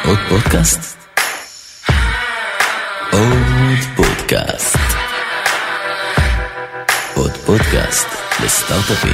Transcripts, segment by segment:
עוד פודקאסט? עוד פודקאסט. עוד פודקאסט לסטארט-אפים.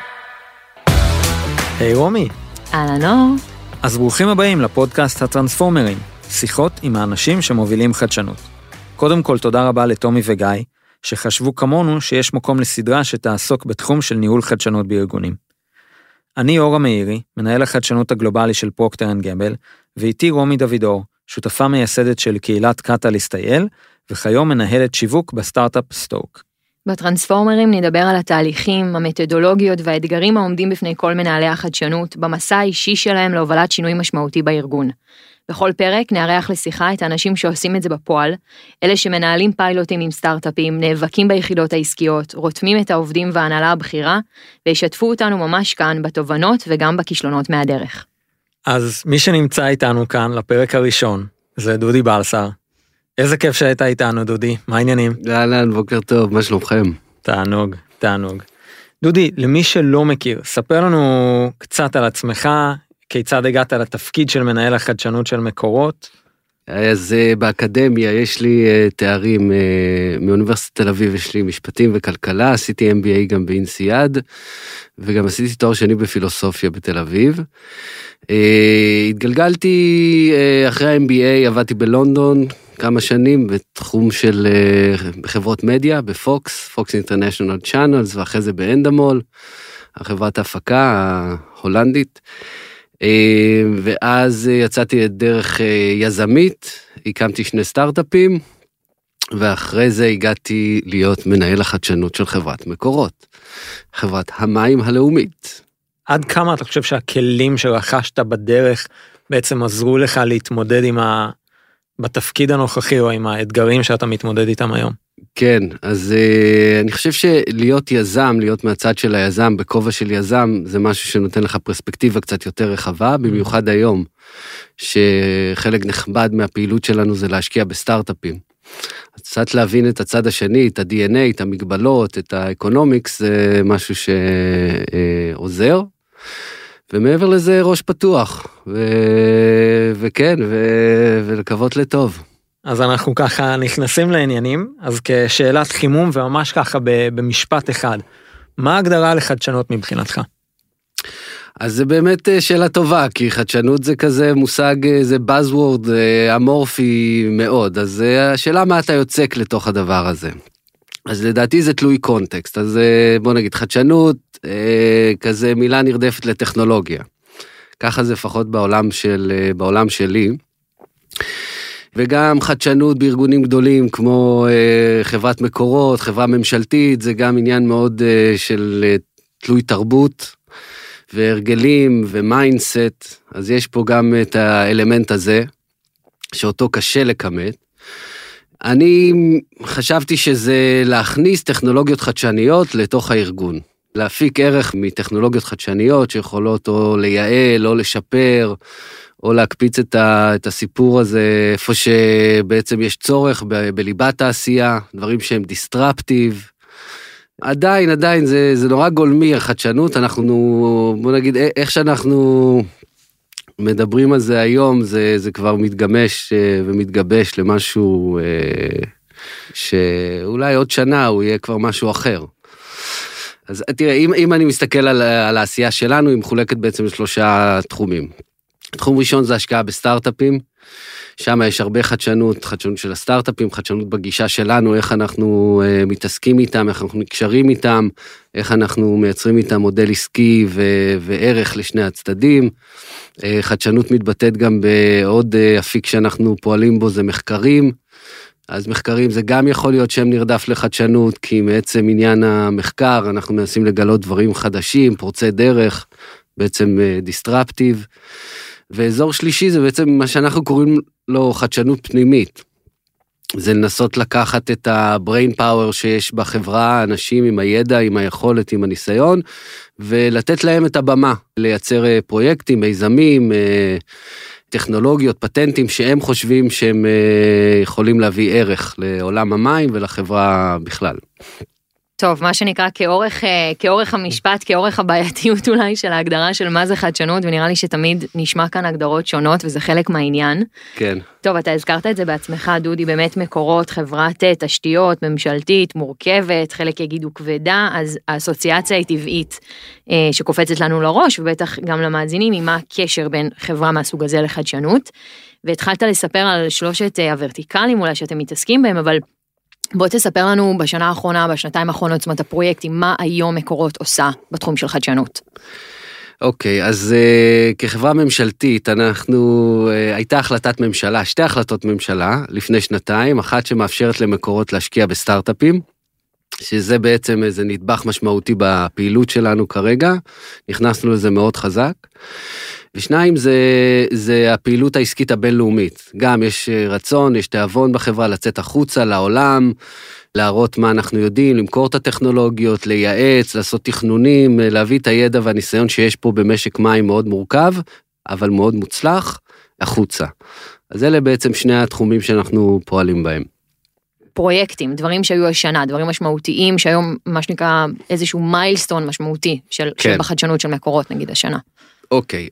היי רומי. אהלן אור. אז ברוכים הבאים לפודקאסט הטרנספורמרים, שיחות עם האנשים שמובילים חדשנות. קודם כל תודה רבה לתומי וגיא, שחשבו כמונו שיש מקום לסדרה שתעסוק בתחום של ניהול חדשנות בארגונים. אני אור המאירי, מנהל החדשנות הגלובלי של פרוקטר אנד גמבל, ואיתי רומי דוידור, שותפה מייסדת של קהילת קטליסט.il, וכיום מנהלת שיווק בסטארט-אפ סטוק. בטרנספורמרים נדבר על התהליכים, המתודולוגיות והאתגרים העומדים בפני כל מנהלי החדשנות, במסע האישי שלהם להובלת שינוי משמעותי בארגון. בכל פרק נארח לשיחה את האנשים שעושים את זה בפועל, אלה שמנהלים פיילוטים עם סטארט-אפים, נאבקים ביחידות העסקיות, רותמים את העובדים וההנהלה הבכירה, וישתפו אותנו ממש כאן בתובנות וגם בכישלונות מהדרך. אז מי שנמצא איתנו כאן לפרק הראשון, זה דודי בלסר. איזה כיף שהיית איתנו, דודי, מה העניינים? אהלן, בוקר טוב, מה שלומכם? תענוג, תענוג. דודי, למי שלא מכיר, ספר לנו קצת על עצמך, כיצד הגעת לתפקיד של מנהל החדשנות של מקורות? אז באקדמיה יש לי תארים מאוניברסיטת תל אביב, יש לי משפטים וכלכלה, עשיתי MBA גם באינסיאד, וגם עשיתי תואר שני בפילוסופיה בתל אביב. התגלגלתי אחרי ה-MBA, עבדתי בלונדון כמה שנים בתחום של חברות מדיה, בפוקס, פוקס אינטרנשיונל צ'אנלס, ואחרי זה באנדמול, החברת ההפקה ההולנדית. ואז יצאתי לדרך יזמית, הקמתי 2 סטארט-אפים, ואחרי זה הגעתי להיות מנהל החדשנות של חברת מקורות, חברת המים הלאומית. עד כמה אתה חושב שהכלים שרכשת בדרך בעצם עזרו לך להתמודד בתפקיד הנוכחי או עם האתגרים שאתה מתמודד איתם היום? כן, אז אני חושב שלהיות יזם, להיות מהצד של היזם, בכובע של יזם, זה משהו שנותן לך פרספקטיבה קצת יותר רחבה, במיוחד היום, שחלק נכבד מהפעילות שלנו זה להשקיע בסטארט-אפים. אז קצת להבין את הצד השני, את ה-DNA, את המגבלות, את האקונומיקס, זה משהו שעוזר, ומעבר לזה ראש פתוח, וכן, ולקוות לטוב. אז אנחנו ככה נכנסים לעניינים, אז כשאלת חימום וממש ככה במשפט אחד, מה ההגדרה לחדשנות מבחינתך? אז זה באמת שאלה טובה, כי חדשנות זה כזה מושג, זה buzzword אמורפי מאוד, אז השאלה מה אתה יוצק לתוך הדבר הזה. אז לדעתי זה תלוי קונטקסט, אז בוא נגיד חדשנות, כזה מילה נרדפת לטכנולוגיה. ככה זה לפחות בעולם שלי. וגם חדשנות בארגונים גדולים כמו חברת מקורות, חברה ממשלתית, זה גם עניין מאוד של תלוי תרבות והרגלים ומיינדסט, אז יש פה גם את האלמנט הזה, שאותו קשה לכמת. אני חשבתי שזה להכניס טכנולוגיות חדשניות לתוך הארגון, להפיק ערך מטכנולוגיות חדשניות שיכולות או לייעל או לשפר, או להקפיץ את הסיפור הזה, איפה שבעצם יש צורך בליבת העשייה, דברים שהם דיסטרפטיב. עדיין, זה נורא גולמי, החדשנות, בוא נגיד, איך שאנחנו מדברים על זה היום, זה כבר מתגמש ומתגבש למשהו, שאולי עוד שנה הוא יהיה כבר משהו אחר. אז תראה, אם אני מסתכל על העשייה שלנו, היא מחולקת בעצם ל3 תחומים. תחום ראשון זה השקעה בסטארט-אפים, שם יש הרבה חדשנות של הסטארט-אפים, חדשנות בגישה שלנו, איך אנחנו מתעסקים איתם, איך אנחנו נקשרים איתם, איך אנחנו מייצרים איתם מודל עסקי וערך לשני הצדדים. חדשנות מתבטאת גם בעוד אפיק שאנחנו פועלים בו, זה מחקרים. אז מחקרים זה גם יכול להיות שם נרדף לחדשנות, כי מעצם עניין המחקר אנחנו מנסים לגלות דברים חדשים, פורצי דרך, בעצם דיסטרפטיב. ואזור שלישי זה בעצם מה שאנחנו קוראים לו חדשנות פנימית. זה לנסות לקחת את ה-brain power שיש בחברה, אנשים עם הידע, עם היכולת, עם הניסיון, ולתת להם את הבמה, לייצר פרויקטים, מיזמים, טכנולוגיות, פטנטים שהם חושבים שהם יכולים להביא ערך לעולם המים ולחברה בכלל. טוב, מה שנקרא כאורך המשפט, כאורך הבעייתיות אולי של ההגדרה של מה זה חדשנות, ונראה לי שתמיד נשמע כאן הגדרות שונות, וזה חלק מהעניין. כן. טוב, אתה הזכרת את זה בעצמך, דודי, באמת מקורות, חברת תשתיות, ממשלתית, מורכבת, חלק יגידו כבדה, אז האסוציאציה היא טבעית שקופצת לנו לראש, ובטח גם למאזינים, עם מה הקשר בין חברה מהסוג הזה לחדשנות. והתחלת לספר על שלושת הוורטיקלים אולי שאתם מתעסקים בהם, אבל בוא תספר לנו בשנה האחרונה, בשנתיים האחרונות, זאת אומרת הפרויקטים, מה היום מקורות עושה בתחום של חדשנות. אוקיי, אז כחברה ממשלתית, הייתה החלטת ממשלה, שתי החלטות ממשלה לפני שנתיים, אחת שמאפשרת למקורות להשקיע בסטארט-אפים, שזה בעצם איזה נדבך משמעותי בפעילות שלנו כרגע, נכנסנו לזה מאוד חזק. ושניים זה הפעילות העסקית הבינלאומית, גם יש רצון, יש תיאבון בחברה לצאת החוצה לעולם, להראות מה אנחנו יודעים, למכור את הטכנולוגיות, לייעץ, לעשות תכנונים, להביא את הידע והניסיון שיש פה במשק מים מאוד מורכב, אבל מאוד מוצלח, החוצה. אז אלה בעצם שני התחומים שאנחנו פועלים בהם. פרויקטים, דברים שהיו השנה, דברים משמעותיים, שהיום מה שנקרא איזשהו מיילסטון משמעותי של בחדשנות של מקורות, נגיד השנה. אוקיי,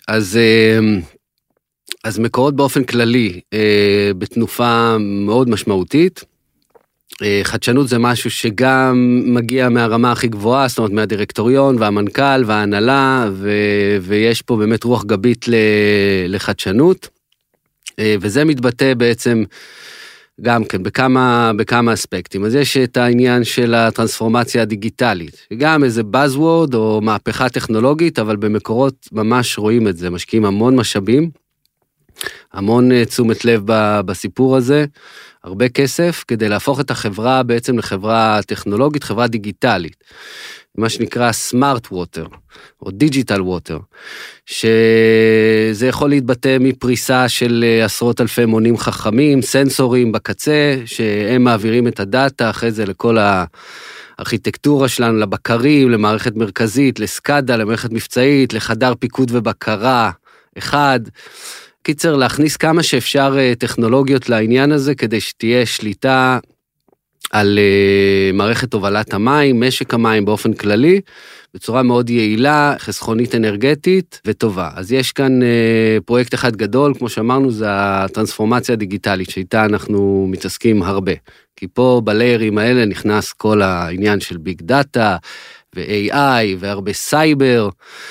אז מקורות באופן כללי, בתנופה מאוד משמעותית, חדשנות זה משהו שגם מגיע מהרמה הכי גבוהה, זאת אומרת מהדירקטוריון והמנכ"ל וההנהלה, ויש פה באמת רוח גבית לחדשנות, וזה מתבטא בעצם גם כן בכמה אספקטים. אז יש את העניין של הטרנספורמציה הדיגיטלית, גם איזה buzzword או מהפכה טכנולוגית, אבל במקורות ממש רואים את זה, משקיעים המון משאבים, המון תשומת לב בסיפור הזה, הרבה כסף, כדי להפוך את החברה בעצם לחברה טכנולוגית, חברה דיגיטלית, מה שנקרא smart water, או digital water, שזה יכול להתבטא מפריסה של עשרות אלפי מונים חכמים, סנסורים בקצה, שהם מעבירים את הדאטה, אחרי זה לכל הארכיטקטורה שלנו, לבקרים, למערכת מרכזית, לסקאדה, למערכת מבצעית, לחדר פיקוד ובקרה, אחד, קיצר, להכניס כמה שאפשר טכנולוגיות לעניין הזה, כדי שתהיה שליטה על מערכת הובלת המים, משק המים באופן כללי, בצורה מאוד יעילה, חסכונית אנרגטית וטובה. אז יש כאן פרויקט אחד גדול, כמו שאמרנו, זה הטרנספורמציה הדיגיטלית, שאיתה אנחנו מתעסקים הרבה. כי פה בליירים האלה נכנס כל העניין של ביג דאטה, ו-AI, והרבה סייבר,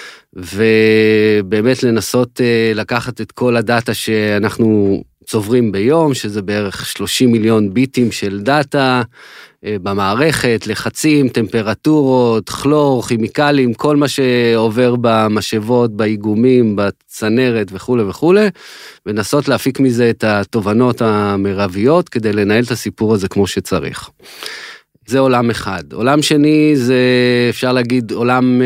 ובאמת לנסות לקחת את כל הדאטה שאנחנו צוברים ביום, שזה בערך 30 מיליון ביטים של דאטה במערכת, לחצים, טמפרטורות, כלור, כימיקלים, כל מה שעובר במשאבות, באיגומים, בצנרת וכו' וכו', ונסות להפיק מזה את התובנות המרביות, כדי לנהל את הסיפור הזה כמו שצריך. זה עולם אחד. עולם שני זה, אפשר להגיד, עולם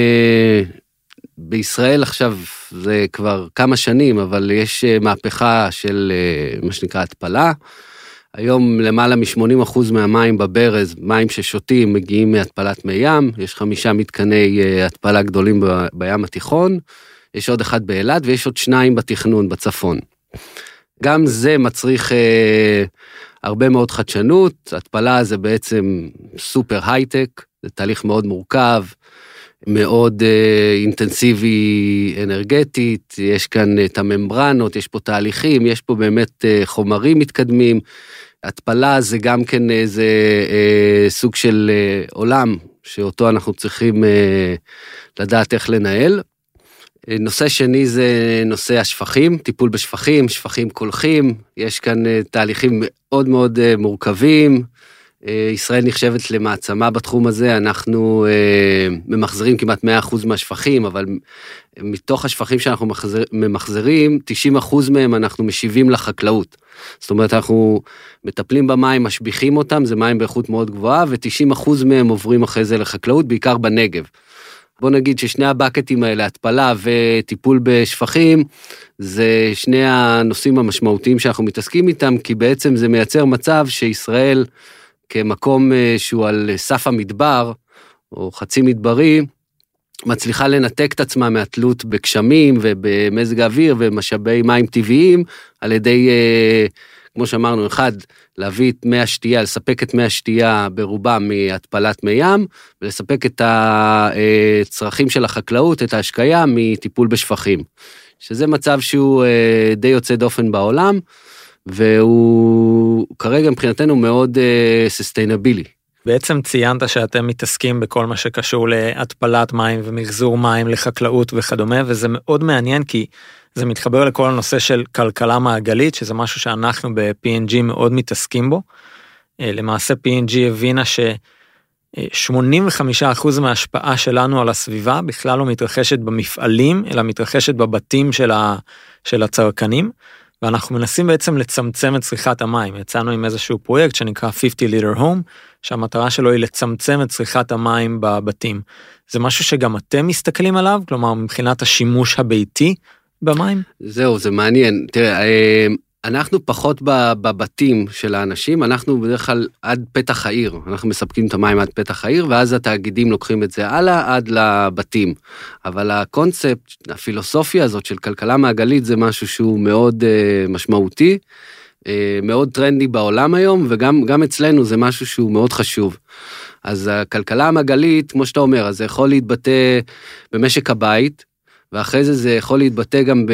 בישראל עכשיו זה כבר כמה שנים, אבל יש מהפכה של מה שנקרא התפלה. היום למעלה מ-80% מהמים בברז, מים ששותים, מגיעים מהתפלת מי ים. יש 5 מתקני התפלה גדולים בים התיכון. יש עוד אחד באילת ויש עוד 2 בתכנון בצפון. גם זה מצריך הרבה מאוד חדשנות. התפלה זה בעצם סופר הייטק, זה תהליך מאוד מורכב, מאוד אינטנסיבי אנרגטית, יש כאן את הממברנות, יש פה תהליכים, יש פה באמת חומרים מתקדמים, התפלה זה גם כן איזה סוג של עולם, שאותו אנחנו צריכים לדעת איך לנהל. נושא שני זה נושא השפכים, טיפול בשפכים, שפכים קולחים, יש כאן תהליכים מאוד מאוד מורכבים, ישראל נחשבת למעצמה בתחום הזה, אנחנו ממחזרים כמעט 100% מהשפכים, אבל מתוך השפכים שאנחנו ממחזרים, 90% מהם אנחנו משיבים לחקלאות. זאת אומרת, אנחנו מטפלים במים, משביחים אותם, זה מים באיכות מאוד גבוהה, ו90% מהם עוברים אחרי זה לחקלאות, בעיקר בנגב. בוא נגיד ששני הבקטים האלה, התפלה וטיפול בשפכים, זה שני הנושאים המשמעותיים שאנחנו מתעסקים איתם, כי בעצם זה מייצר מצב שישראל, כמקום שהוא על סף המדבר, או חצי מדברי, מצליחה לנתק את עצמה מהתלות בגשמים ובמזג האוויר ומשאבי מים טבעיים, על ידי כמו שאמרנו, אחד, להביא את מי השתייה, לספק את מי השתייה ברובם מהתפלת מי ים, ולספק את הצרכים של החקלאות, את ההשקיה, מטיפול בשפכים. שזה מצב שהוא די יוצא דופן בעולם, והוא כרגע מבחינתנו מאוד ססטיינבילי. בעצם ציינת שאתם מתעסקים בכל מה שקשור להתפלת מים ומחזור מים לחקלאות וכדומה, וזה מאוד מעניין כי זה מתחבר לכל הנושא של כלכלה מעגלית, שזה משהו שאנחנו ב-P&G מאוד מתעסקים בו. למעשה P&G הבינה ש85% מההשפעה שלנו על הסביבה בכלל לא מתרחשת במפעלים, אלא מתרחשת בבתים של הצרכנים, ואנחנו מנסים בעצם לצמצם את צריכת המים. יצאנו עם איזשהו פרויקט שנקרא 50 Liter Home, שהמטרה שלו היא לצמצם את צריכת המים בבתים. זה משהו שגם אתם מסתכלים עליו, כלומר מבחינת השימוש הביתי במים? זהו, זה מעניין. תראה, אנחנו פחות בבתים של האנשים, אנחנו בדרך כלל עד פתח העיר, אנחנו מספקים את המים עד פתח העיר, ואז התאגידים לוקחים את זה הלאה עד לבתים. אבל הקונספט, הפילוסופיה הזאת של כלכלה מעגלית, זה משהו שהוא מאוד משמעותי, מאוד טרנדי בעולם היום, וגם אצלנו זה משהו שהוא מאוד חשוב. אז הכלכלה המעגלית, כמו שאתה אומר, אז זה יכול להתבטא במשק הבית, ואחרי זה יכול להתבטא גם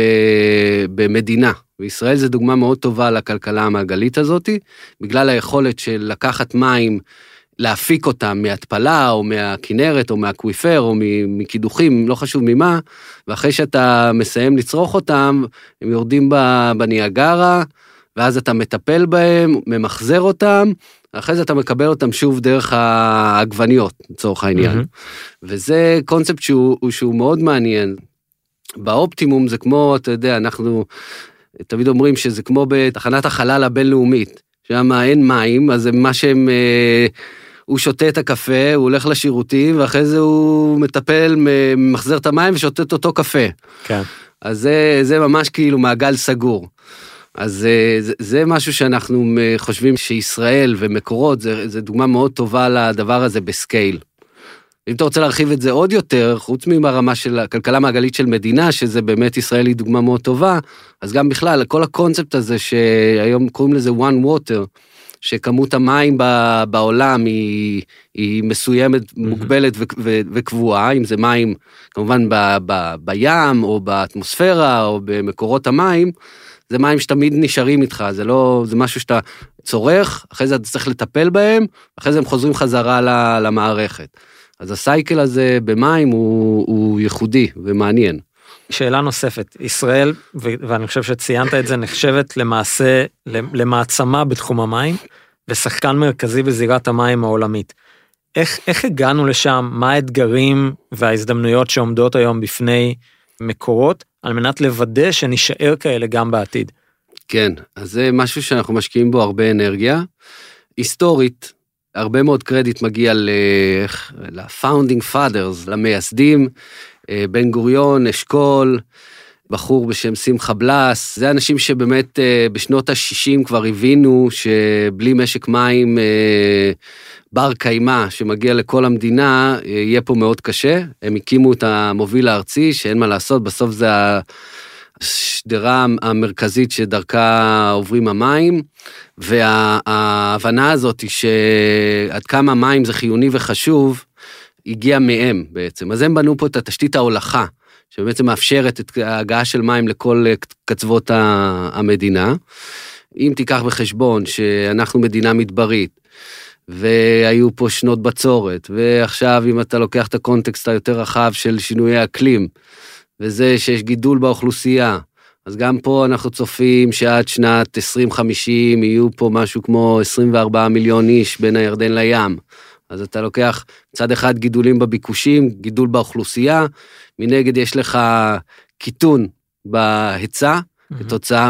במדינה. וישראל זה דוגמה מאוד טובה לכלכלה המעגלית הזאת, בגלל היכולת של לקחת מים, להפיק אותם מהתפלה, או מהכינרת, או מהאקוויפר, או מקידוחים, לא חשוב ממה, ואחרי שאתה מסיים לצרוך אותם, הם יורדים בניאגרה, ואז אתה מטפל בהם, ממחזר אותם, ואחרי זה אתה מקבל אותם שוב דרך העגבניות, לצורך העניין. וזה קונספט שהוא מאוד מעניין. באופטימום זה כמו, אתה יודע, אנחנו תמיד אומרים שזה כמו בתחנת החלל הבינלאומית, שם אין מים, אז מה שהם, הוא שותה את הקפה, הוא הולך לשירותים, ואחרי זה הוא מטפל, מחזר את המים ושותה את אותו קפה. כן. אז זה ממש כאילו מעגל סגור. אז זה משהו שאנחנו חושבים שישראל ומקורות, זה דוגמה מאוד טובה לדבר הזה בסקייל. אם אתה רוצה להרחיב את זה עוד יותר, חוץ מהרמה של הכלכלה מעגלית של מדינה, שזה באמת ישראל היא דוגמה מאוד טובה, אז גם בכלל, כל הקונספט הזה שהיום קוראים לזה one water, שכמות המים בעולם היא מסוימת, מוגבלת וקבועה, אם זה מים כמובן בים או באטמוספירה או במקורות המים, זה מים שתמיד נשארים איתך, זה משהו שאתה צורך, אחרי זה אתה צריך לטפל בהם, אחרי זה הם חוזרים חזרה למערכת. אז הסייקל הזה במים הוא ייחודי ומעניין. שאלה נוספת, ישראל, ואני חושב שציינת את זה, נחשבת למעשה למעצמה בתחום המים, ושחקן מרכזי בזירת המים העולמית. איך הגענו לשם? מה האתגרים וההזדמנויות שעומדות היום בפני מקורות, על מנת לוודא שנשאר כאלה גם בעתיד? כן, אז זה משהו שאנחנו משקיעים בו הרבה אנרגיה. היסטורית, הרבה מאוד קרדיט מגיע ל-founding fathers, למייסדים, בן גוריון, אשכול, בחור בשם שמחה בלס, זה אנשים שבאמת בשנות ה-60 כבר הבינו שבלי משק מים בר קיימה שמגיע לכל המדינה, יהיה פה מאוד קשה. הם הקימו את המוביל הארצי, שאין מה לעשות, בסוף זה השדרה המרכזית שדרכה עוברים המים, וההבנה הזאת שעד כמה מים זה חיוני וחשוב, הגיע מהם בעצם. אז הם בנו פה את התשתית ההולכה, שבעצם מאפשרת את ההגעה של מים לכל קצוות המדינה. אם תיקח בחשבון שאנחנו מדינה מדברית, והיו פה שנות בצורת, ועכשיו אם אתה לוקח את הקונטקסט היותר רחב של שינויי אקלים, וזה שיש גידול באוכלוסייה, אז גם פה אנחנו צופים שעד שנת 2050 יהיו פה משהו כמו 24 מיליון איש בין הירדן לים. אז אתה לוקח מצד אחד גידולים בביקושים, גידול באוכלוסייה, מנגד יש לך קיטון בהיצע, כתוצאה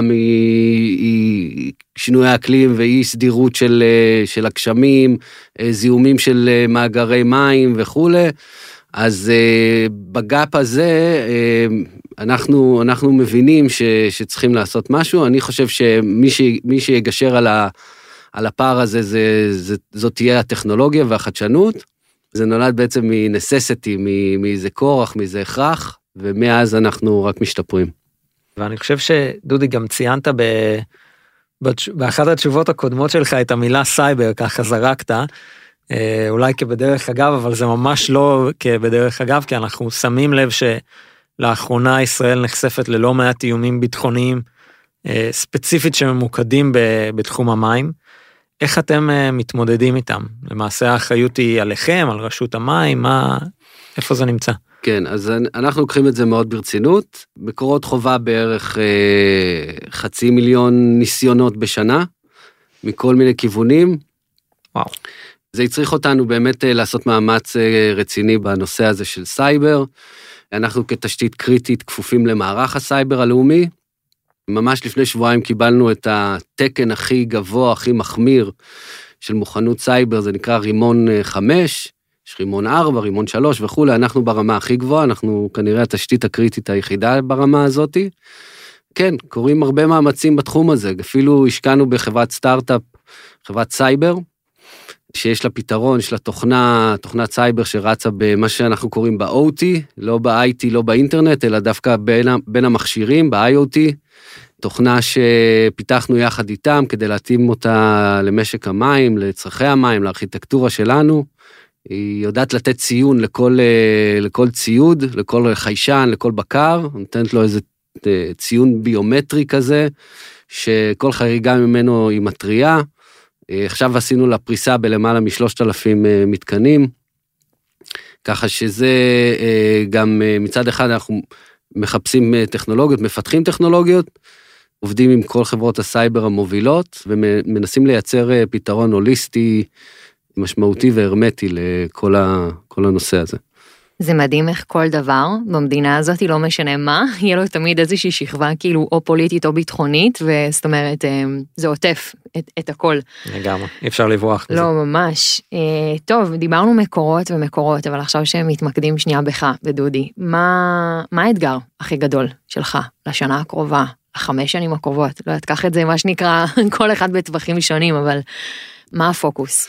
משינוי האקלים ואי סדירות של הגשמים, זיהומים של מאגרי מים וכו'. אז בגאפ הזה אנחנו מבינים שצריכים לעשות משהו. אני חושב שמי שיגשר על הפער הזה, זאת תהיה הטכנולוגיה והחדשנות. זה נולד בעצם מנססיטי, מאיזה כורח, מאיזה הכרח, ומאז אנחנו רק משתפרים. ואני חושב שדודי גם ציינת באחת התשובות הקודמות שלך את המילה סייבר ככה זרקת, אולי כבדרך אגב, אבל זה ממש לא כבדרך אגב, כי אנחנו שמים לב שלאחרונה ישראל נחשפת ללא מעט איומים ביטחוניים, ספציפית שממוקדים בתחום המים. איך אתם מתמודדים איתם? למעשה האחריות היא עליכם, על רשות המים, איפה זה נמצא? כן, אז אנחנו לוקחים את זה מאוד ברצינות, מקורות חובה בערך 500,000 ניסיונות בשנה, מכל מיני כיוונים. וואו. זה יצריך אותנו באמת לעשות מאמץ רציני בנושא הזה של סייבר, אנחנו כתשתית קריטית כפופים למערך הסייבר הלאומי, ממש לפני שבועיים קיבלנו את התקן הכי גבוה, הכי מחמיר של מוכנות סייבר, זה נקרא רימון 5, יש רימון 4, רימון 3 וכו', אנחנו ברמה הכי גבוהה, אנחנו כנראה התשתית הקריטית היחידה ברמה הזאת. כן, קוראים הרבה מאמצים בתחום הזה, אפילו השקענו בחברת סטארט-אפ, חברת סייבר, שיש לה פתרון, יש לה תוכנת סייבר שרצה במה שאנחנו קוראים ב-OT, לא ב-IT, לא באינטרנט, אלא דווקא בין המכשירים, ב-IoT, תוכנה שפיתחנו יחד איתם כדי להתאים אותה למשק המים, לצרכי המים, לארכיטקטורה שלנו, היא יודעת לתת ציון לכל ציוד, לכל חיישן, לכל בקר, נותנת לו איזה ציון ביומטרי כזה, שכל חריגה ממנו היא מטריה, עכשיו עשינו לה פריסה בלמעלה מ3,000 מתקנים, ככה שזה גם מצד אחד אנחנו מחפשים טכנולוגיות, מפתחים טכנולוגיות, עובדים עם כל חברות הסייבר המובילות, ומנסים לייצר פתרון הוליסטי, משמעותי והרמטי לכל הנושא הזה. זה מדהים איך כל דבר במדינה הזאת, לא משנה מה, יהיה לו תמיד איזושהי שכבה כאילו או פוליטית או ביטחונית, וזאת אומרת, זה עוטף את הכל. לגמרי, אי אפשר לברוח בזה. לא, ממש. טוב, דיברנו מקורות, אבל עכשיו שהם מתמקדים שנייה בך, בדודי, מה האתגר הכי גדול שלך לשנה הקרובה, 5 שנים הקרובות? לא תקח את זה, מה שנקרא, כל אחד בטווחים שונים, אבל מה הפוקוס?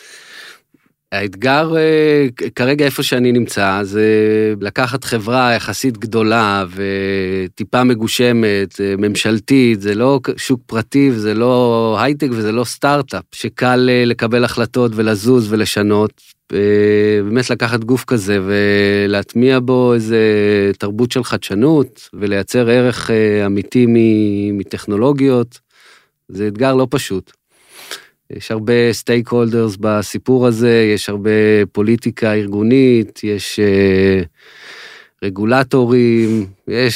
האתגר כרגע איפה שאני נמצא, זה לקחת חברה יחסית גדולה וטיפה מגושמת, ממשלתית, זה לא שוק פרטי, זה לא הייטק וזה לא סטארט-אפ, שקל לקבל החלטות ולזוז ולשנות, באמת לקחת גוף כזה ולהטמיע בו איזה תרבות של חדשנות, ולייצר ערך אמיתי מטכנולוגיות, זה אתגר לא פשוט. יש הרבה סטייק הולדרס בסיפור הזה, יש הרבה פוליטיקה ארגונית, יש רגולטורים,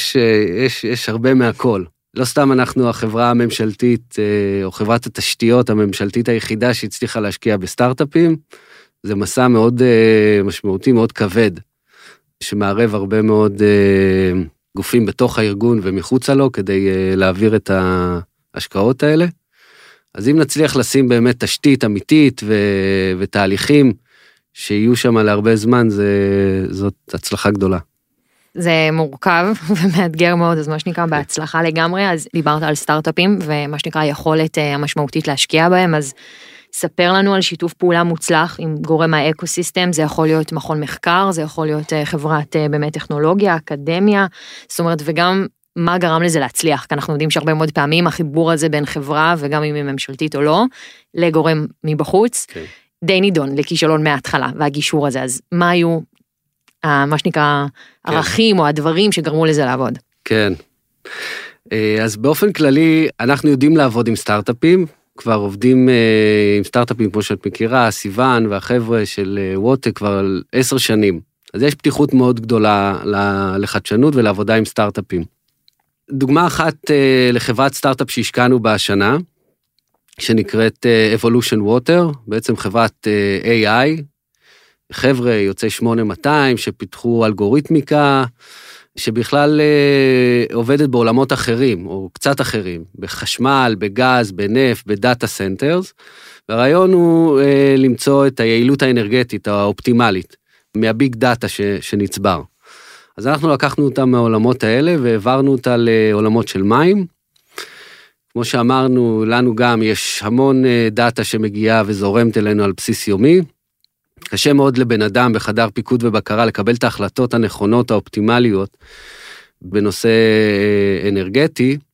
יש הרבה מהכל. לא סתם אנחנו החברה הממשלתית, או חברת התשתיות הממשלתית היחידה שהצליחה להשקיע בסטארט-אפים, זה מסע מאוד משמעותי, מאוד כבד, שמערב הרבה מאוד גופים בתוך הארגון ומחוצה לו, כדי להעביר את ההשקעות האלה. אז אם נצליח לשים באמת תשתית אמיתית ותהליכים שיהיו שם להרבה זמן, זאת הצלחה גדולה. זה מורכב ומאתגר מאוד, אז מה שנקרא בהצלחה לגמרי, אז דיברת על סטארט-אפים, ומה שנקרא היכולת המשמעותית להשקיע בהם, אז ספר לנו על שיתוף פעולה מוצלח עם גורם האקוסיסטם, זה יכול להיות מכון מחקר, זה יכול להיות חברת באמת טכנולוגיה, אקדמיה, זאת אומרת, וגם מה גרם לזה להצליח, כי אנחנו יודעים שהרבה מאוד פעמים החיבור הזה בין חברה, וגם אם היא ממשלתית או לא, לגורם מבחוץ, די נידון לכישלון מההתחלה, והגישור הזה, אז מה היו, מה שנקרא, ערכים או הדברים שגרמו לזה לעבוד? כן, אז באופן כללי, אנחנו יודעים לעבוד עם סטארט-אפים, כבר עובדים עם סטארט-אפים כמו שאת מכירה, סיוון והחבר'ה של ווטק כבר 10 שנים, אז יש פתיחות מאוד גדולה לחדשנות ולעבודה עם סטארט-אפים. דוגמה אחת לחברת סטארט-אפ שהשקענו בשנה, שנקראת Evolution Water, בעצם חברת AI, חבר'ה יוצאי 8200 שפיתחו אלגוריתמיקה, שבכלל עובדת בעולמות אחרים, או קצת אחרים, בחשמל, בגז, בנפט, בדאטה סנטרס, והרעיון הוא למצוא את היעילות האנרגטית האופטימלית, מהביג דאטה שנצבר. אז אנחנו לקחנו אותה מהעולמות האלה, והעברנו אותה לעולמות של מים. כמו שאמרנו, לנו גם יש המון דאטה שמגיעה וזורמת אלינו על בסיס יומי. קשה מאוד לבן אדם בחדר פיקוד ובקרה לקבל את ההחלטות הנכונות האופטימליות בנושא אנרגטי,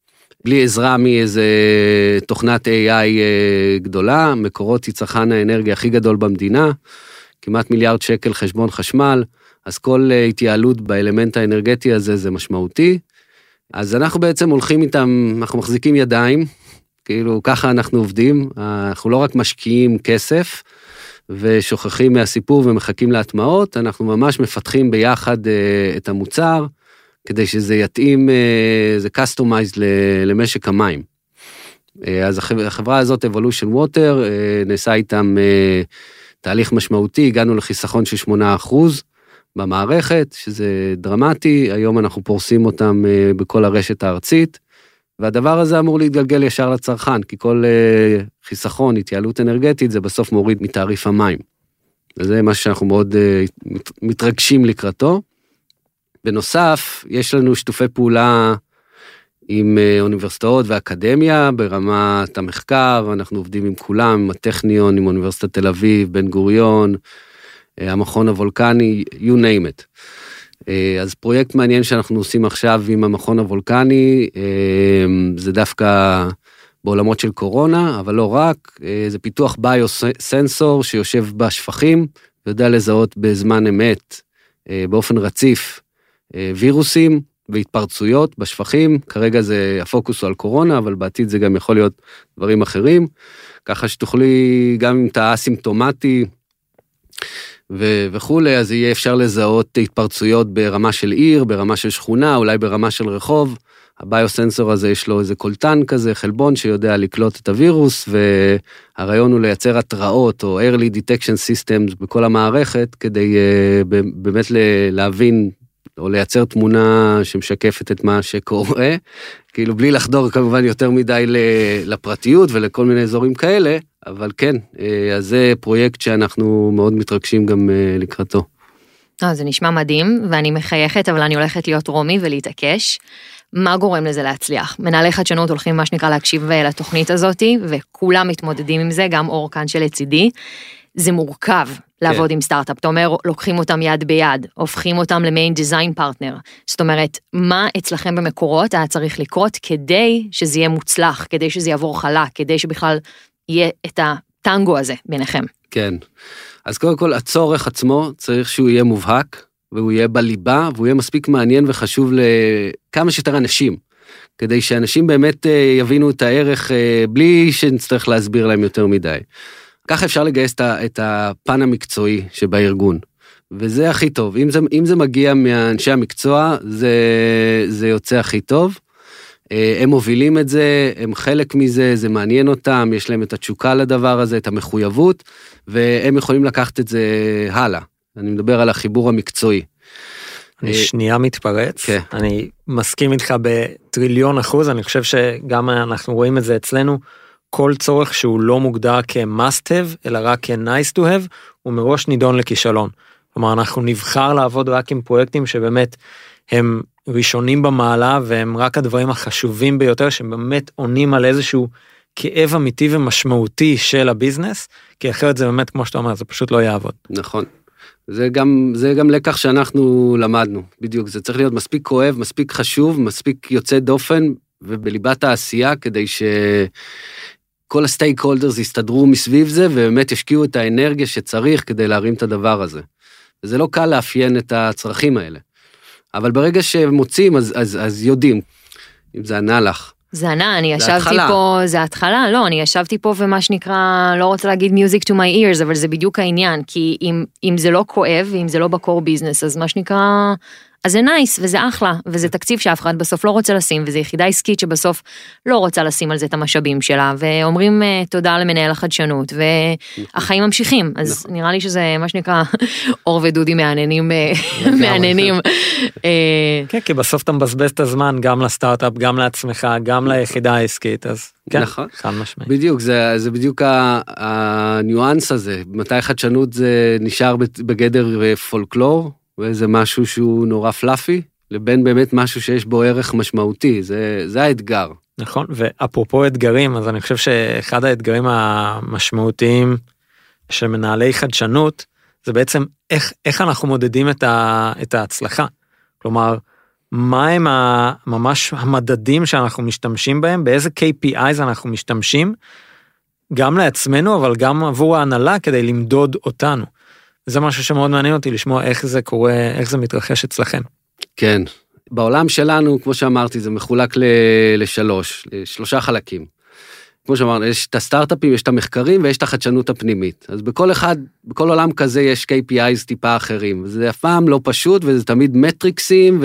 בלי עזרה מאיזה תוכנת AI גדולה, מקורות היא צרכן האנרגיה הכי גדול במדינה, כמעט מיליארד שקל חשבון חשמל, אז כל התייעלות באלמנט האנרגטי הזה זה משמעותי, אז אנחנו בעצם הולכים איתם, אנחנו מחזיקים ידיים, כאילו ככה אנחנו עובדים, אנחנו לא רק משקיעים כסף, ושוכחים מהסיפור ומחכים להטמעות, אנחנו ממש מפתחים ביחד את המוצר, כדי שזה יתאים, זה customized למשק המים. אז החברה הזאת, Evolution Water, נעשה איתם תהליך משמעותי, הגענו לחיסכון של 8% במערכת, שזה דרמטי, היום אנחנו פורסים אותם בכל הרשת הארצית, והדבר הזה אמור להתגלגל ישר לצרכן, כי כל חיסכון, התייעלות אנרגטית, זה בסוף מוריד מתעריף המים. וזה משהו שאנחנו מאוד מתרגשים לקראתו. בנוסף, יש לנו שיתופי פעולה עם אוניברסיטאות ואקדמיה, ברמת המחקר, אנחנו עובדים עם כולם, עם הטכניון, עם אוניברסיטת תל אביב, בן גוריון, המכון הוולקני, you name it. אז פרויקט מעניין שאנחנו עושים עכשיו עם המכון הוולקני, זה דווקא בעולמות של קורונה, אבל לא רק, זה פיתוח ביוסנסור שיושב בשפחים, ויודע לזהות בזמן אמת, באופן רציף, וירוסים והתפרצויות בשפחים, כרגע זה הפוקוס הוא על קורונה, אבל בעתיד זה גם יכול להיות דברים אחרים, ככה שתוכלי, גם אם אתה אסימפטומטי, וכולי, אז יהיה אפשר לזהות התפרצויות ברמה של עיר, ברמה של שכונה, אולי ברמה של רחוב. הביוסנסור הזה יש לו איזה קולטן כזה, חלבון שיודע לקלוט את הווירוס, והרעיון הוא לייצר התראות או early detection systems בכל המערכת, כדי באמת להבין או לייצר תמונה שמשקפת את מה שקורה, כאילו בלי לחדור כמובן יותר מדי לפרטיות ולכל מיני אזורים כאלה, אבל כן, אז זה פרויקט שאנחנו מאוד מתרגשים גם לקראתו. זה נשמע מדהים, ואני מחייכת, אבל אני הולכת להיות רומי ולהתעקש. מה גורם לזה להצליח? מנהלי חדשנות הולכים מה שנקרא להקשיב לתוכנית הזאת, וכולם מתמודדים עם זה, גם אור כאן שלצידי. זה מורכב לעבוד עם סטארט-אפ. אתה אומר, לוקחים אותם יד ביד, הופכים אותם למיין דיזיין פרטנר. זאת אומרת, מה אצלכם במקורות היה צריך לקרות כדי שזה יהיה מוצלח, כדי שזה יעבור חלה, כדי שבכלל יהיה את הטנגו הזה ביניכם? כן. אז קודם כל, הצורך עצמו צריך שהוא יהיה מובהק, והוא יהיה בליבה, והוא יהיה מספיק מעניין וחשוב לכמה שיותר אנשים, כדי שאנשים באמת יבינו את הערך, בלי שנצטרך להסביר להם יותר מדי. ככה אפשר לגייס את הפן המקצועי שבארגון, וזה הכי טוב. אם זה מגיע מאנשי המקצוע, זה יוצא הכי טוב. הם מובילים את זה, הם חלק מזה, זה מעניין אותם, יש להם את התשוקה לדבר הזה, את המחויבות, והם יכולים לקחת את זה הלאה. אני מדבר על החיבור המקצועי. אני שנייה מתפרץ, אני מסכים איתך ב1,000,000,000%, אני חושב שגם אנחנו רואים את זה אצלנו, כל צורך שהוא לא מוגדר כ-must have, אלא רק כ-nice to have, הוא מראש נידון לכישלון. כלומר, אנחנו נבחר לעבוד רק עם פרויקטים שבאמת הם ראשונים במעלה, והם רק הדברים החשובים ביותר, שבאמת עונים על איזשהו כאב אמיתי ומשמעותי של הביזנס, כי אחרת זה באמת, כמו שאתה אומר, זה פשוט לא יעבוד. נכון. זה גם לקח שאנחנו למדנו, בדיוק. זה צריך להיות מספיק כואב, מספיק חשוב, מספיק יוצא דופן, ובליבת העשייה, כדי כל הסטייק הולדרס יסתדרו מסביב זה, ובאמת ישקיעו את האנרגיה שצריך כדי להרים את הדבר הזה. וזה לא קל לאפיין את הצרכים האלה. אבל ברגע שמוצאים, אז יודעים, אם זה ענה לך. זה ענה, אני ישבתי פה, זה התחלה, לא, אני ישבתי פה ומה שנקרא, לא רוצה להגיד music to my ears, אבל זה בדיוק העניין, כי אם זה לא כואב, ואם זה לא בקור ביזנס, אז מה שנקרא, אז זה נייס, וזה אחלה, וזה תקציב שאף אחד בסוף לא רוצה לשים, וזה יחידה עסקית שבסוף לא רוצה לשים על זה את המשאבים שלה, ואומרים תודה למנהל החדשנות, והחיים ממשיכים, אז נראה לי שזה מה שנקרא אור ודודי מעניינים. כן, כי בסוף אתה מבזבז את הזמן גם לסטארט-אפ, גם לעצמך, גם ליחידה העסקית, אז כן, חד משמעית. בדיוק, זה בדיוק הניואנס הזה, מתי חדשנות זה נשאר בגדר פולקלור, וזה משהו שהוא נורא פלאפי, לבין באמת משהו שיש בו ערך משמעותי, זה האתגר. נכון, ואפרופו אתגרים, אז אני חושב שאחד האתגרים המשמעותיים של מנהלי חדשנות, זה בעצם איך אנחנו מודדים את ההצלחה. כלומר, מה הם ממש המדדים שאנחנו משתמשים בהם, באיזה KPIs אנחנו משתמשים, גם לעצמנו, אבל גם עבור ההנהלה, כדי למדוד אותנו. זה משהו שמאוד מעניין אותי, לשמוע איך זה קורה, איך זה מתרחש אצלכם. כן, בעולם שלנו, כמו שאמרתי, זה מחולק לשלושה חלקים. כמו שאמרנו, יש את הסטארט-אפים, יש את המחקרים, ויש את החדשנות הפנימית. אז בכל עולם כזה יש KPIs טיפה אחרים. זה אף פעם לא פשוט, וזה תמיד מטריקסים,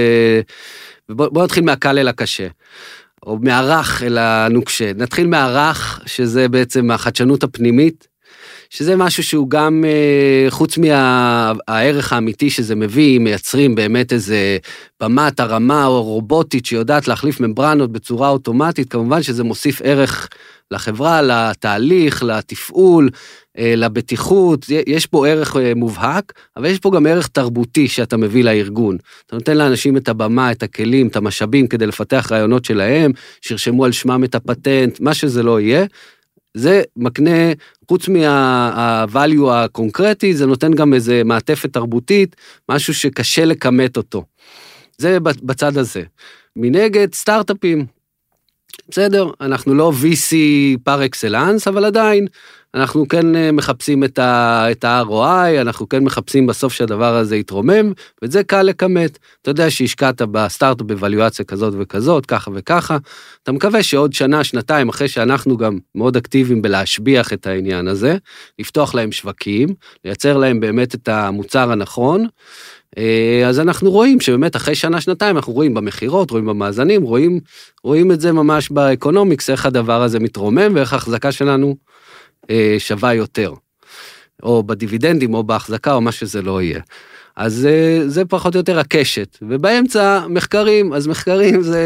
ובואו נתחיל מהקל אל הקשה. או מהרך אל הנוקשה. נתחיל מהרך, שזה בעצם החדשנות הפנימית, שזה משהו שהוא גם, חוץ מהערך האמיתי שזה מביא, מייצרים באמת איזה במת הרמה או רובוטית שיודעת להחליף ממברנות בצורה אוטומטית, כמובן שזה מוסיף ערך לחברה, לתהליך, לתפעול, לבטיחות, יש פה ערך מובהק, אבל יש פה גם ערך תרבותי שאתה מביא לארגון. אתה נותן לאנשים את הבמה, את הכלים, את המשאבים כדי לפתח רעיונות שלהם, שירשמו על שמם את הפטנט, מה שזה לא יהיה, זה מקנה, חוץ מה-value הקונקרטי, זה נותן גם איזה מעטפת תרבותית, משהו שקשה לקמת אותו. זה בצד הזה. מנגד, סטארט-אפים, בסדר, אנחנו לא VC פר אקסלנס, אבל עדיין, אנחנו כן מחפשים את ה-ROI, אנחנו כן מחפשים בסוף שהדבר הזה יתרומם, וזה קל לקמת. אתה יודע שהשקעת בסטארט-אפ בוואליואציה כזאת וכזאת, ככה וככה, אתה מקווה שעוד שנה, שנתיים, אחרי שאנחנו גם מאוד אקטיביים בלהשביח את העניין הזה, לפתוח להם שווקים, לייצר להם באמת את המוצר הנכון, אז אנחנו רואים שבאמת אחרי שנה, שנתיים, אנחנו רואים במחירות, רואים במאזנים, רואים את זה ממש באקונומיקס, איך הדבר הזה מתרומם, ואיך ההחזקה שלנו שווה יותר, או בדיבידנדים, או בהחזקה, או מה שזה לא יהיה. אז זה פחות או יותר הקשת, ובאמצע מחקרים, אז מחקרים זה,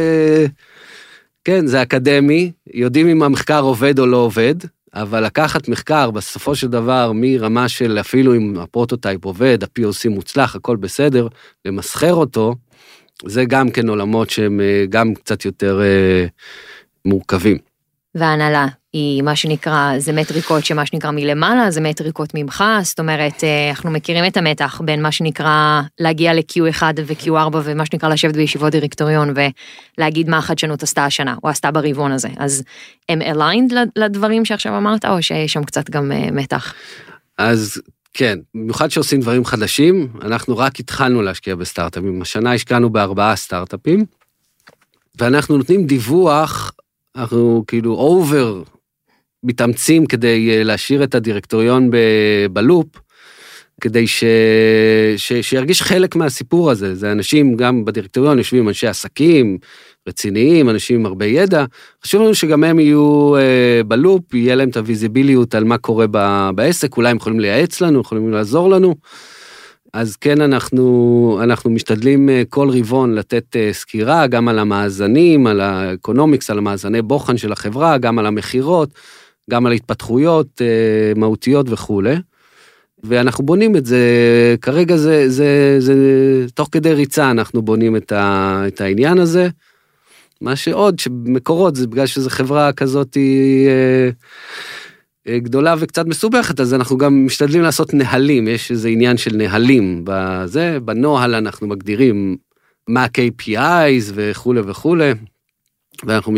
כן, זה אקדמי, יודעים אם המחקר עובד או לא עובד, אבל לקחת מחקר בסופו של דבר, מרמה של אפילו אם הפרוטוטייפ עובד, ה-POC מוצלח, הכל בסדר, למסחר אותו, זה גם כן עולמות שהם גם קצת יותר מורכבים. וההנהלה היא מה שנקרא, זה מטריקות שמה שנקרא מלמעלה, זה מטריקות ממך, זאת אומרת, אנחנו מכירים את המתח בין מה שנקרא להגיע ל-Q1 ו-Q4 ומה שנקרא לשבת בישיבות דירקטוריון ולהגיד מה החדשנות עשתה השנה, או עשתה ברבעון הזה. אז הם aligned לדברים שעכשיו אמרת, או שיש שם קצת גם מתח? אז כן, במיוחד שעושים דברים חדשים, אנחנו רק התחלנו להשקיע בסטארט-אפים. השנה השקענו ב4 סטארט-אפים, ואנחנו נותנים דיווח, אנחנו כאילו אובר מתאמצים כדי להשאיר את הדירקטוריון בלופ, כדי שירגיש חלק מהסיפור הזה. זה אנשים גם בדירקטוריון יושבים אנשי עסקים, רציניים, אנשים עם הרבה ידע. חשוב לנו שגם הם יהיו בלופ, יהיה להם את הוויזיביליות על מה קורה בעסק, אולי הם יכולים לייעץ לנו, יכולים לעזור לנו. אז כן, אנחנו משתדלים כל רבעון לתת סקירה, גם על המאזנים, על האקונומיקס, על המאזני בוחן של החברה, גם על המחירות, גם על התפתחויות מהותיות וכו'. ואנחנו בונים את זה, כרגע זה תוך כדי ריצה אנחנו בונים את העניין הזה. מה שעוד, שמקורות, זה בגלל שזו חברה כזאת היא גדולה וקצת מסובכת, אז אנחנו גם משתדלים לעשות נהלים, יש איזה עניין של נהלים, בנוהל אנחנו מגדירים מה ה-KPIs וכו' וכו', ואנחנו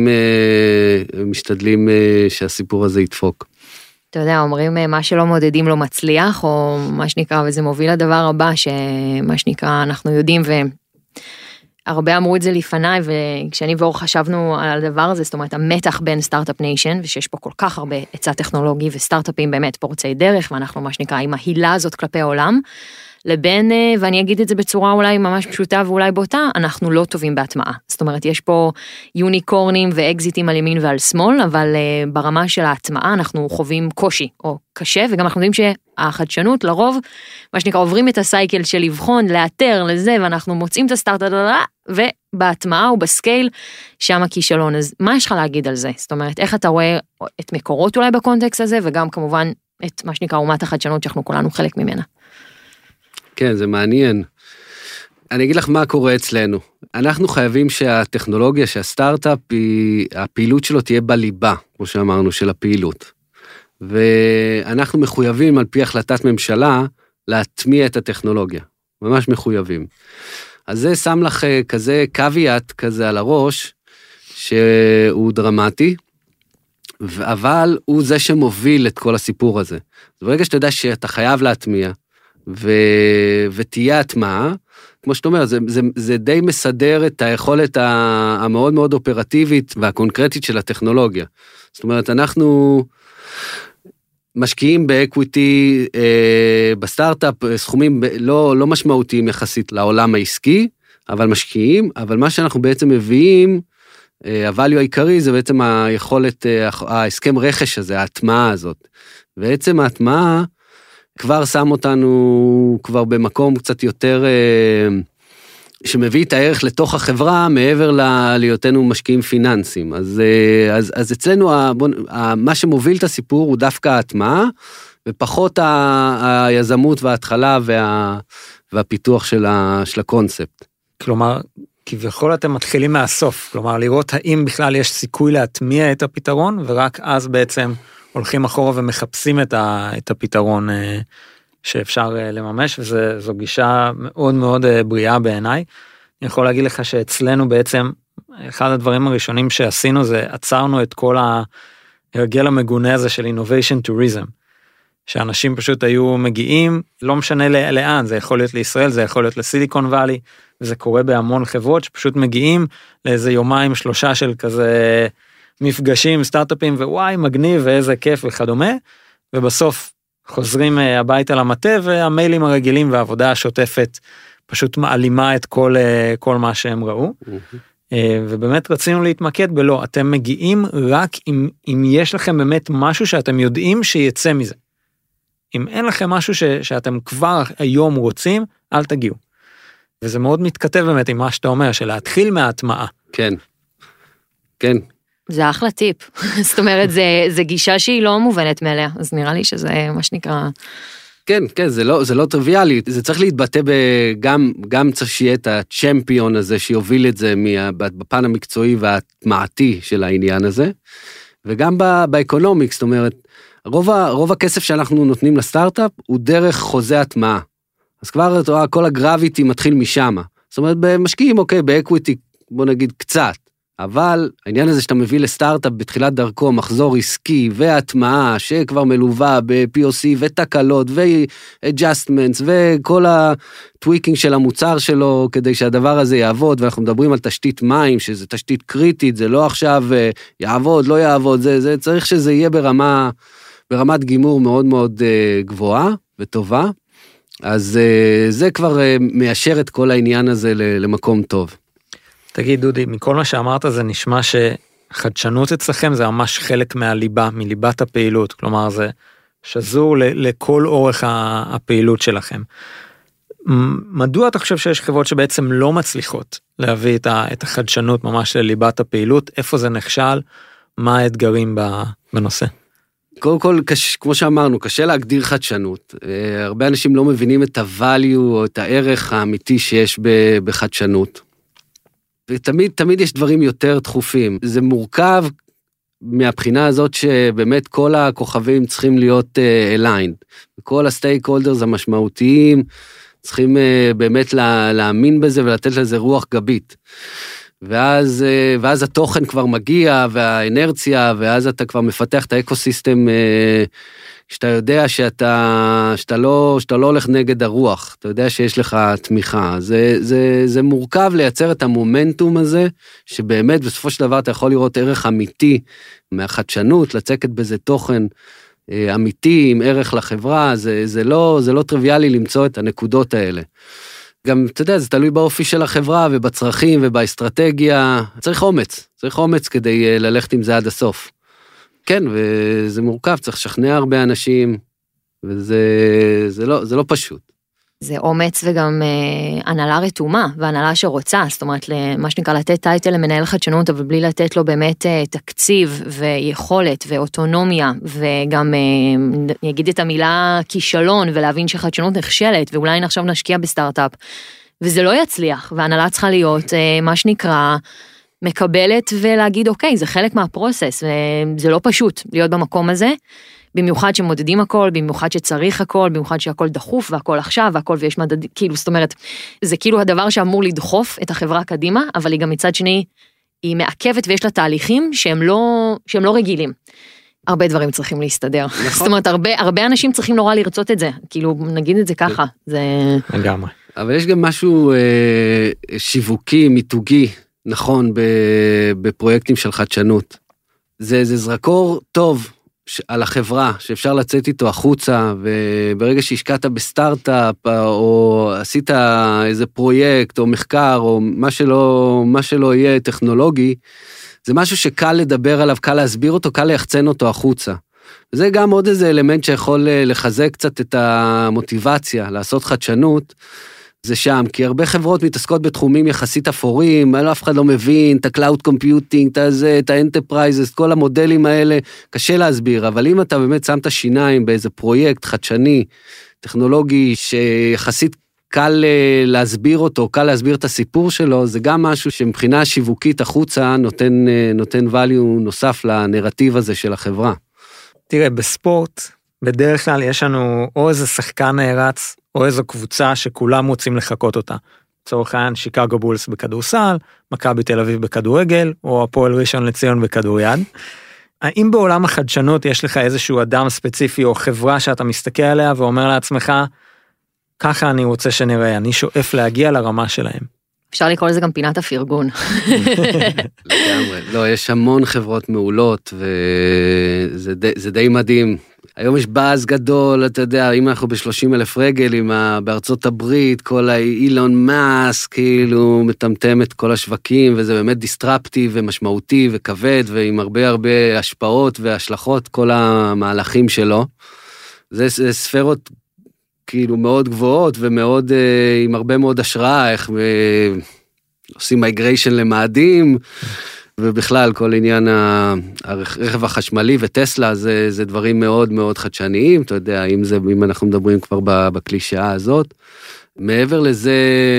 משתדלים שהסיפור הזה ידפוק. אתה יודע, אומרים מה שלא מודדים לא מצליח, או מה שנקרא, וזה מוביל לדבר הבא, שמה שנקרא, אנחנו יודעים, והרבה אמרו את זה לפניי, וכשאני ואור חשבנו על הדבר הזה, זאת אומרת, המתח בין סטארט-אפ ניישן, ושיש פה כל כך הרבה עצה טכנולוגי, וסטארט-אפים באמת פורצי דרך, ואנחנו מה שנקרא, עם ההילה הזאת כלפי העולם, לבין, ואני אגיד את זה בצורה אולי ממש פשוטה ואולי בוטה, אנחנו לא טובים בהטמעה. זאת אומרת, יש פה יוניקורנים ואקזיטים על ימין ועל שמאל, אבל ברמה של ההטמעה אנחנו חווים קושי או קשה, וגם אנחנו יודעים שהחדשנות לרוב, מה שנקרא, עוברים את הסייקל של לבחון, לאתר לזה, ואנחנו מוצאים את הסטארט-אפ, ובהטמעה ובסקייל, שם הכישלון. אז מה יש לך להגיד על זה? זאת אומרת, איך אתה רואה את מקורות אולי בקונטקסט הזה, וגם כמובן את מה שנקרא אומת החדשנות, שאנחנו כולנו חלק ממנה. כן, זה מעניין. אני אגיד לך מה קורה אצלנו. אנחנו חייבים שהטכנולוגיה, שהסטארט-אפ, הפעילות שלו תהיה בליבה, כמו שאמרנו, של הפעילות. ואנחנו מחויבים על פי החלטת ממשלה להטמיע את הטכנולוגיה. ממש מחויבים. אז זה שם לך כזה קוויאט כזה על הראש, שהוא דרמטי, אבל הוא זה שמוביל את כל הסיפור הזה. ברגע שאתה יודע שאתה חייב להטמיע, ותהיה הטמעה, כמו שאתה אומר, זה די מסדר את היכולת המאוד מאוד אופרטיבית והקונקרטית של הטכנולוגיה. זאת אומרת, אנחנו משקיעים באקוויטי, בסטארט-אפ, סכומים לא משמעותיים יחסית לעולם העסקי, אבל משקיעים, אבל מה שאנחנו בעצם מביאים, הvalue העיקרי זה בעצם היכולת, ההסכם רכש הזה, ההטמעה הזאת. בעצם ההטמעה כבר שם אותנו כבר במקום קצת יותר, שמביא את הערך לתוך החברה, מעבר להיותנו משקיעים פיננסיים. אז אצלנו, מה שמוביל את הסיפור הוא דווקא ההטמעה, ופחות היזמות וההתחלה והפיתוח של הקונספט. כלומר, כביכול אתם מתחילים מהסוף, כלומר לראות האם בכלל יש סיכוי להטמיע את הפתרון, ורק אז בעצם הולכים אחורה ומחפשים את הפתרון שאפשר לממש, וזו גישה מאוד מאוד בריאה בעיניי. אני יכול להגיד לך שאצלנו בעצם, אחד הדברים הראשונים שעשינו זה, עצרנו את כל ההרגל המגונה הזה של innovation tourism, שאנשים פשוט היו מגיעים, לא משנה לאן, זה יכול להיות לישראל, זה יכול להיות לסיליקון ואלי, וזה קורה בהמון חברות שפשוט מגיעים לאיזה יומיים, 3 של כזה מפגשים, סטארט-אפים, ווואי, מגניב ואיזה כיף וכדומה, ובסוף חוזרים הביתה למטה, והמיילים הרגילים והעבודה השוטפת פשוט מעלימה את כל מה שהם ראו, ובאמת רצינו להתמקד בלא, אתם מגיעים רק אם יש לכם באמת משהו שאתם יודעים שיצא מזה. אם אין לכם משהו שאתם כבר היום רוצים, אל תגיעו. וזה מאוד מתכתב באמת עם מה שאתה אומר, של להתחיל מההטמעה. כן, כן. זה אחלה טיפ. זאת אומרת, זה גישה שהיא לא מובנת מאליה, אז נראה לי שזה מה שנקרא... כן, כן, זה לא טריוויאלי, זה צריך להתבטא גם צריך שיהיה את הצ'מפיון הזה, שיוביל את זה בפן המקצועי וההטמעתי של העניין הזה, וגם באקונומיקס, זאת אומרת, רוב הכסף שאנחנו נותנים לסטארט-אפ, הוא דרך חוזה הטמעה. אז כבר כל הגרביטי מתחיל משם. זאת אומרת, במשקיעים, אוקיי, באקוויטי, בוא נגיד קצת, אבל העניין הזה שאתה מביא לסטארט-אפ בתחילת דרכו, מחזור עסקי והטמעה, שכבר מלווה ב-POC ותקלות ו-adjustments וכל הטוויקינג של המוצר שלו, כדי שהדבר הזה יעבוד, ואנחנו מדברים על תשתית מים, שזה תשתית קריטית, זה לא עכשיו יעבוד, לא יעבוד, זה צריך שזה יהיה ברמת גימור מאוד מאוד גבוהה וטובה, אז זה כבר מיישר את כל העניין הזה למקום טוב. תגיד דודי, מכל מה שאמרת זה נשמע שחדשנות אצלכם זה ממש חלק מליבת הפעילות, כלומר זה שזור לכל אורך הפעילות שלכם. מדוע אתה חושב שיש חברות שבעצם לא מצליחות להביא את החדשנות ממש לליבת הפעילות, איפה זה נכשל, מה האתגרים בנושא? קודם כל, כמו שאמרנו, קשה להגדיר חדשנות. הרבה אנשים לא מבינים את ה-value או את הערך האמיתי שיש בחדשנות. ותמיד יש דברים יותר דחופים. זה מורכב מהבחינה הזאת שבאמת כל הכוכבים צריכים להיות aligned. כל הסטייק הולדרס המשמעותיים צריכים באמת להאמין בזה ולתת לזה רוח גבית. ואז התוכן כבר מגיע, והאנרציה, ואז אתה כבר מפתח את האקוסיסטם, שאתה יודע שאתה לא הולך נגד הרוח, אתה יודע שיש לך תמיכה. זה מורכב לייצר את המומנטום הזה, שבאמת בסופו של דבר אתה יכול לראות ערך אמיתי מהחדשנות, לצקת בזה תוכן אמיתי עם ערך לחברה, זה לא טריוויאלי למצוא את הנקודות האלה. גם, אתה יודע, זה תלוי באופי של החברה ובצרכים ובאסטרטגיה. צריך אומץ כדי ללכת עם זה עד הסוף. כן, וזה מורכב, צריך לשכנע הרבה אנשים, וזה לא פשוט. זה אומץ וגם הנהלה רתומה, והנהלה שרוצה, זאת אומרת, מה שנקרא לתת טייטל למנהל חדשנות, אבל בלי לתת לו באמת תקציב ויכולת ואוטונומיה, וגם יגיד את המילה כישלון, ולהבין שחדשנות נכשלת, ואולי עכשיו נשקיע בסטארט-אפ, וזה לא יצליח, והנהלה צריכה להיות מה שנקרא מקבלת ולהגיד, אוקיי, זה חלק מהפרוסס, וזה לא פשוט להיות במקום הזה, במיוחד שמודדים הכל, במיוחד שצריך הכל, במיוחד שהכל דחוף והכל עכשיו והכל ויש מדד, כאילו, זאת אומרת, זה כאילו הדבר שאמור לדחוף את החברה קדימה, אבל היא גם מצד שני, היא מעכבת ויש לה תהליכים שהם לא רגילים. הרבה דברים צריכים להסתדר. נכון. זאת אומרת, הרבה אנשים צריכים נורא לרצות את זה, כאילו, נגיד את זה ככה, זה... לגמרי. אבל יש גם משהו שיווקי, מיתוגי, נכון, בפרויקטים של חדשנות. זה זרקור טוב על החברה, שאפשר לצאת איתו החוצה, וברגע שהשקעת בסטארט-אפ, או עשית איזה פרויקט, או מחקר, או מה שלא יהיה טכנולוגי, זה משהו שקל לדבר עליו, קל להסביר אותו, קל ליחצן אותו החוצה. וזה גם עוד איזה אלמנט שיכול לחזק קצת את המוטיבציה, לעשות חדשנות, זה שם, כי הרבה חברות מתעסקות בתחומים יחסית אפורים, אף אחד לא מבין, את ה-Cloud Computing, את ה-Enterprises, את כל המודלים האלה, קשה להסביר, אבל אם אתה באמת שם את השיניים באיזה פרויקט חדשני, טכנולוגי, שיחסית קל להסביר אותו, קל להסביר את הסיפור שלו, זה גם משהו שמבחינה שיווקית החוצה, נותן value נוסף לנרטיב הזה של החברה. תראה, בספורט, בדרך כלל יש לנו או איזה שחקן נערץ, או איזו קבוצה שכולם רוצים לחכות אותה. לצורך העניין, שיקגו בולס בכדורסל, מכבי תל אביב בכדורגל, או הפועל ראשון לציון בכדוריד. האם בעולם החדשנות יש לך איזשהו אדם ספציפי, או חברה שאתה מסתכל עליה, ואומר לעצמך, ככה אני רוצה שנראה, אני שואף להגיע לרמה שלהם. אפשר לקרוא לזה גם פינת הפרגון. לגמרי. לא, יש המון חברות מעולות, וזה די מדהים. היום יש באז גדול, אתה יודע, אם אנחנו ב-30,000 רגל, בארצות הברית, כל אילון מאסק, כאילו, מטמטם את כל השווקים, וזה באמת דיסטרפטיב ומשמעותי וכבד, ועם הרבה השפעות והשלכות, כל המהלכים שלו. זה ספרות כאילו מאוד גבוהות, ומאוד, עם הרבה מאוד השראה, איך עושים מייגריישן למאדים, ובכלל כל עניין הרכב החשמלי וטסלה, זה דברים מאוד מאוד חדשניים, אתה יודע, אם אנחנו מדברים כבר בקלישאה הזאת. מעבר לזה,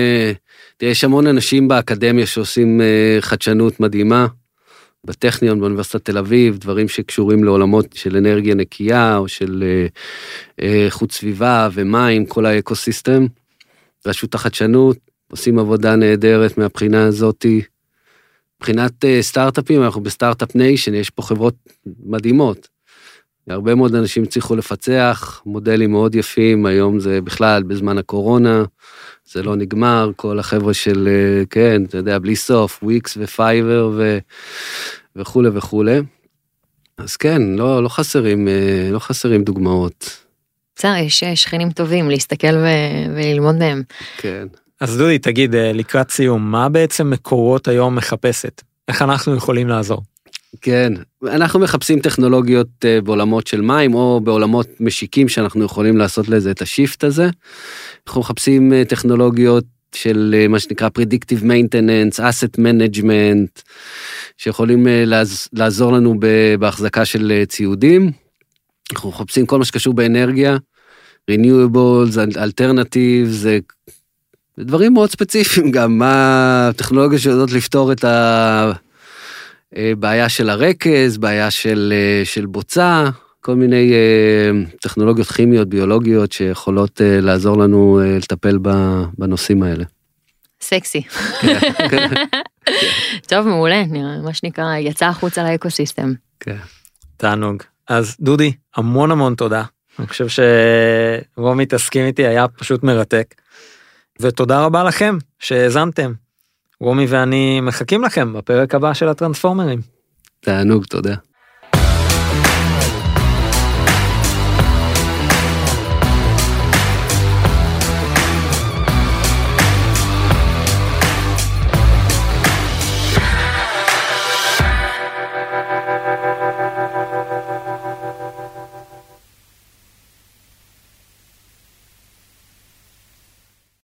יש המון אנשים באקדמיה שעושים חדשנות מדהימה, בטכניון, באוניברסיטת תל אביב, דברים שקשורים לעולמות של אנרגיה נקייה, או של חוץ סביבה ומים, כל האקוסיסטם. רשות החדשנות, עושים עבודה נהדרת מהבחינה הזאת. מבחינת סטארט-אפים, אנחנו בסטארט-אפ ניישן, יש פה חברות מדהימות. הרבה מאוד אנשים צריכו לפצח, מודלים מאוד יפים, היום זה בכלל בזמן הקורונה, זה לא נגמר, כל החבר'ה של, כן, אתה יודע, בלי סוף, וויקס ופייבר וכו' וכו'. אז כן, לא חסרים דוגמאות. בסדר, יש שכנים טובים להסתכל וללמוד מהם. כן. אז דודי, תגיד, לקראת סיום, מה בעצם מקורות היום מחפשת? איך אנחנו יכולים לעזור? כן, אנחנו מחפשים טכנולוגיות בעולמות של מים, או בעולמות משיקים שאנחנו יכולים לעשות לזה את השיפט הזה. אנחנו מחפשים טכנולוגיות של מה שנקרא Predictive Maintenance, Asset Management, שיכולים לעזור לנו בהחזקה של ציודים. אנחנו מחפשים כל מה שקשור באנרגיה, Renewables, Alternatives, זה דברים מאוד ספציפיים גם, מה הטכנולוגיה שיודעות לפתור את הבעיה של הרקז, בעיה של בוצה, כל מיני טכנולוגיות כימיות, ביולוגיות, שיכולות לעזור לנו לטפל בנושאים האלה. סקסי. טוב, מעולה, מה שנקרא, יצא החוץ על האקוסיסטם. כן. תענוג. אז דודי, המון תודה. אני חושב שרומי תסכים איתי, היה פשוט מרתק. ותודה רבה לכם שהאזנתם. רומי ואני מחכים לכם בפרק הבא של הטרנספורמרים. תענוג, תודה.